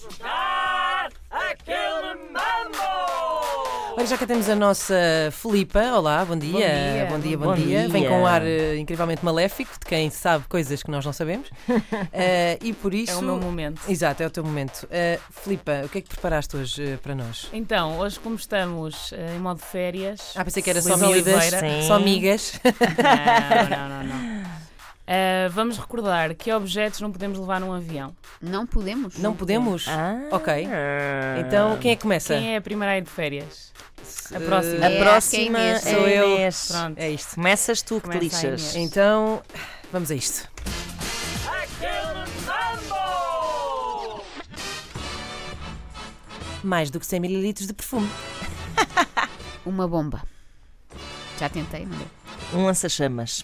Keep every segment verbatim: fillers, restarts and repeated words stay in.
buscar aquele mambo! Olha, já que temos a nossa Filipa. Olá, bom dia. Bom dia, bom dia. bom Bom dia. dia. Vem com um ar uh, incrivelmente maléfico de quem sabe coisas que nós não sabemos. Uh, e por isso. É o meu momento. Exato, é o teu momento. Uh, Filipa, o que é que preparaste hoje uh, para nós? Então, hoje como estamos uh, em modo férias... Ah, pensei que era só Luísa miúdas, Oliveira. só migas. Não, não, não, não. Uh, vamos recordar que objetos não podemos levar num avião. Não podemos? Não podemos? Ah. Ok. Então, quem é que começa? Quem é a primeira a ir de férias? A Uh, próxima. A É, próxima é é, Inês. Sou eu. Inês. Pronto. É isto. Começas tu que te Começa a lixas. Inês. Então, vamos a isto. Aquele mambo! Mais do que cem mililitros de perfume. Uma bomba. Já tentei, não deu. Um lança-chamas.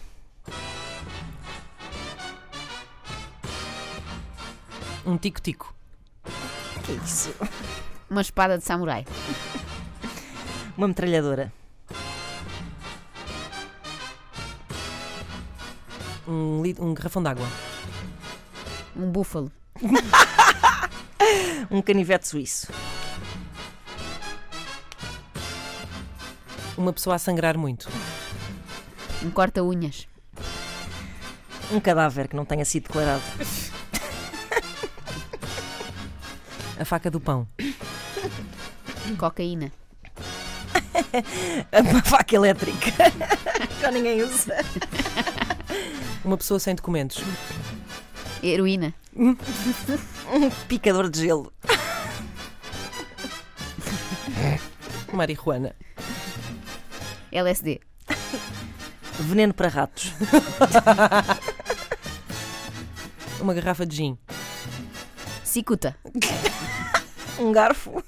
Um tico-tico. Que é isso? Uma espada de samurai. Uma metralhadora. Um, li- um garrafão d'água. Um búfalo. Um canivete suíço. Uma pessoa a sangrar muito. Um corta-unhas. Um cadáver que não tenha sido declarado. A faca do pão. Cocaína. Uma faca elétrica. Já ninguém usa. Uma pessoa sem documentos. Heroína. Um picador de gelo. Marihuana. L S D. Veneno para ratos. Uma garrafa de gin. Cicuta. Um garfo.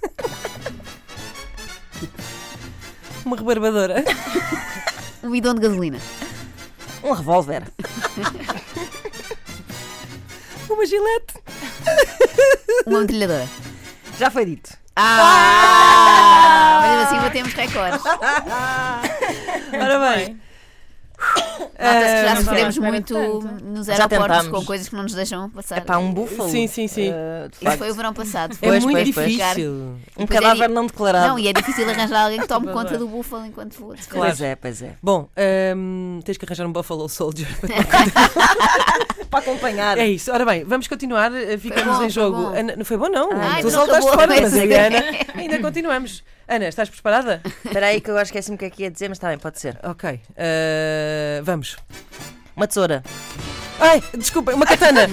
Uma rebarbadora. Um bidão de gasolina. Um revólver. Uma gilete. Uma metralhadora. Já foi dito. Ah! Mas assim batemos recordes. Ora bem. Nota-se que já Ah, sofremos não, muito tanto. nos Já aeroportos tentámos. com coisas que não nos deixam passar. É pá, um búfalo. Sim, sim, sim. Uh, de Isso facto. foi o verão passado. É Pois, muito pois, pois. difícil. Um Depois cadáver é di- não declarado. Não, e é difícil arranjar alguém que tome Verdade. conta do búfalo enquanto for. Pois é, pois é. Bom, hum, tens que arranjar um Buffalo Soldier. Para acompanhar. É isso. Ora bem, vamos continuar. uh, Ficamos bom, em foi jogo. bom. Ana, não foi bom, não. Ai, tu então saltaste acabou. fora, mas eu e a Ana Pois ainda continuamos. Ana, estás preparada? Espera aí que eu acho que é assim o que é que ia dizer, mas está bem, pode ser. Ok. uh, vamos. Uma tesoura. Ai, desculpa, uma katana.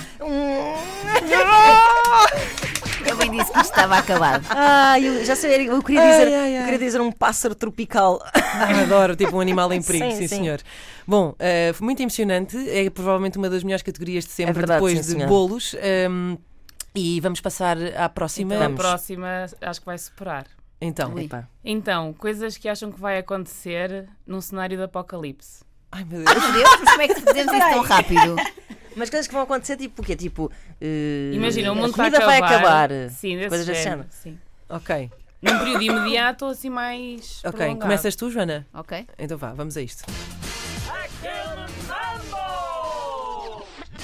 Eu bem disse que isto estava acabado. Ah, eu já sei, eu queria dizer, Ai, ai, ai. eu queria dizer um pássaro tropical. Ah, adoro, tipo um animal em perigo, sim, Sim, sim. senhor. Bom, uh, foi muito emocionante. É provavelmente uma das melhores categorias de sempre, É verdade, depois sim, de senhor. bolos. Um, e vamos passar à próxima. Então, a Vamos. próxima acho que vai superar. Então. Ui. Epá. Então, coisas que acham que vai acontecer num cenário de apocalipse. Ai, meu Deus. Meu Deus, mas como é que fazemos isso tão rápido? Mas coisas que vão acontecer, tipo o quê? Tipo, eh, Imagina, o a mundo está a comida vai acabar. acabar. Sim, desse Coisas desse género. género. Sim. Ok. Num período imediato ou assim mais Ok. prolongado. Começas tu, Joana? Ok? Então vá, vamos a isto. Aquele mambo!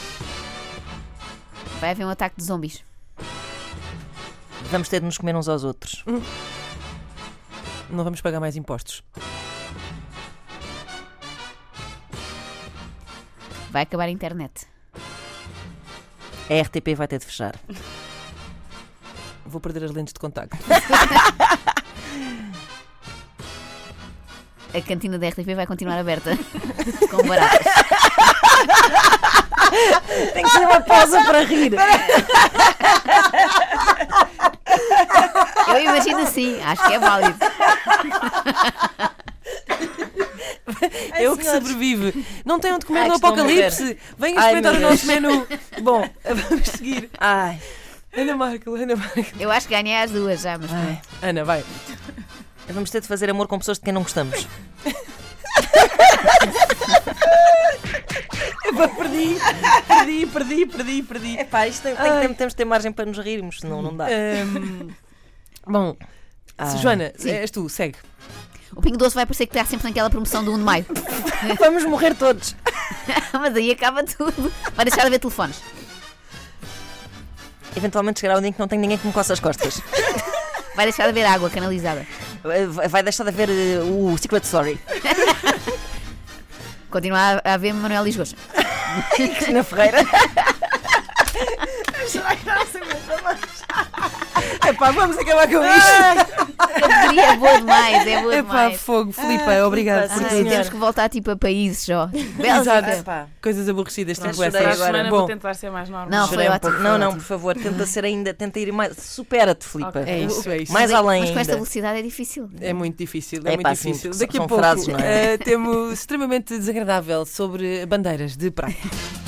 Vai haver um ataque de zombies. Vamos ter de nos comer uns aos outros. Não vamos pagar mais impostos. Vai acabar a internet. A R T P vai ter de fechar. Vou perder as lentes de contacto. A cantina da R T P vai continuar aberta. Com baratas. Tem que ser uma pausa para rir. Eu imagino assim, acho que é válido. Eu que sobrevive. Não tem onde comer Ai, no que estou a apocalipse. Venha Ai, experimentar o meu nosso menu. Bom, vamos seguir. Ai, Ana Marco, Ana Marco. Eu acho que ganhei as duas já, mas ai. Ana, vai. Vamos ter de fazer amor com pessoas de quem não gostamos. Epá, perdi, perdi, perdi, perdi, perdi. Epá, isto tem, tem, Ai. tem, temos de ter margem para nos rirmos, senão não dá. Ahm, bom, Ai. Joana, Sim. és tu, segue. o Pingo Doce vai parecer que está sempre naquela promoção do um de maio. Vamos morrer todos. Mas aí acaba tudo. Vai deixar de haver telefones. eventualmente chegará um dia em que não tenho ninguém que me coça as costas. Vai deixar de haver água canalizada. Vai- Vai deixar de haver eh, o Secret Story. Continua a haver Manuel Lisgocha. Cristina Ferreira. Epá, vamos acabar com isto. A categoria é boa demais, é boa Epá, demais. fogo, Filipa, obrigado por sim, Ai, tudo. temos que voltar tipo a países só. Exato. Bélgica. Epá. Coisas aborrecidas, Pronto, tipo chorei Para a essas. agora. semana vou Bom, tentar ser mais normal. Não, foi Chorei um ótimo. pouco. foi Não, não, ótimo. por favor, tenta ser ainda, tenta ir mais. Supera-te, Filipa. Ok. é isso, é isso. Mais Mas- além Mas com esta ainda. velocidade é difícil. É muito difícil, é, É muito pá, sim, difícil. porque Daqui a são pouco frases, não é? eh, temos extremamente desagradável sobre bandeiras de praia.